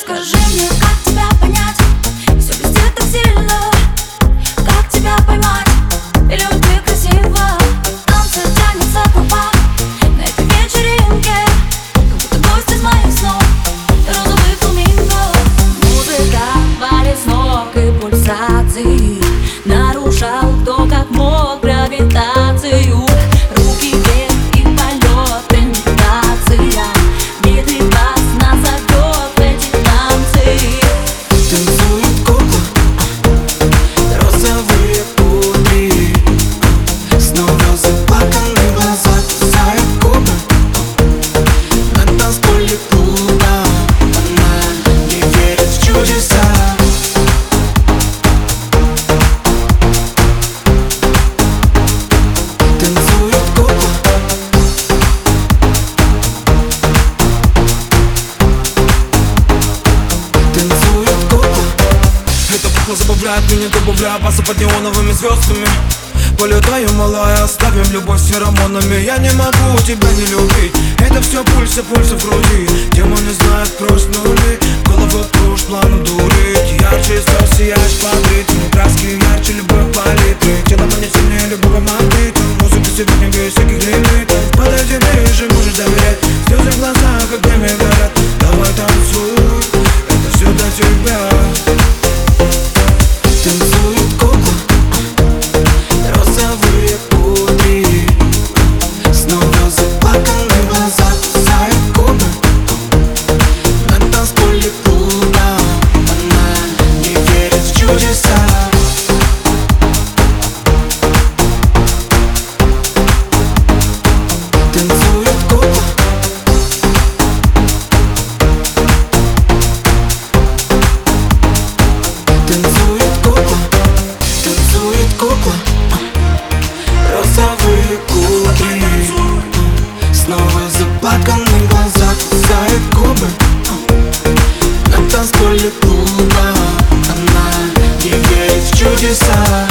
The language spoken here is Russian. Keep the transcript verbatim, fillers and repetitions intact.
Скажи мне, как тебя понять? Все везде так сильно. Как тебя поймать? Или вот ты красива? Танцы тянется толпа на этой вечеринке, как будто гость из моих снов, розовый фламинго. Музыка валит с ног и пульсации нарушал кто как мог гравитацию. Руки вверх и полет, имитация. Битый бас нас зовет в эти танцы. Танцует кукла, розовые кудри, снова заплаканные глаза кусают губы. На танцполе клуба она не верит в чудеса. Танцует кукла, танцует кукла. Эта кукла забавляет меня, добавляя баса под неоновыми звездами. Полетаю, малая, оставим любовь с феромонами. Я не могу тебя не любить. Это все пульсы, пульсы в груди. Демоны знают просто нули. Голову кружь, планом дурить. Ярче звезд сияешь под ритм. Краски ярче любой палитры. Тело манит сильнее любого магнита. Музыка сегодня без всяких лимитов. Подойди ближе, можешь доверять. Слезы в глазах, как днями горят. Давай танцуй, это все для тебя. Танцует кукла, розовые кудри, снова заплаканные глаза кусают губы. На танцполе клуба она не верит в чудеса. Танцует кукла, танцует кукла, танцует кукла, розовые кудри, снова заплаканные глаза кусают губы. На танцполе клуба она не верит в чудеса.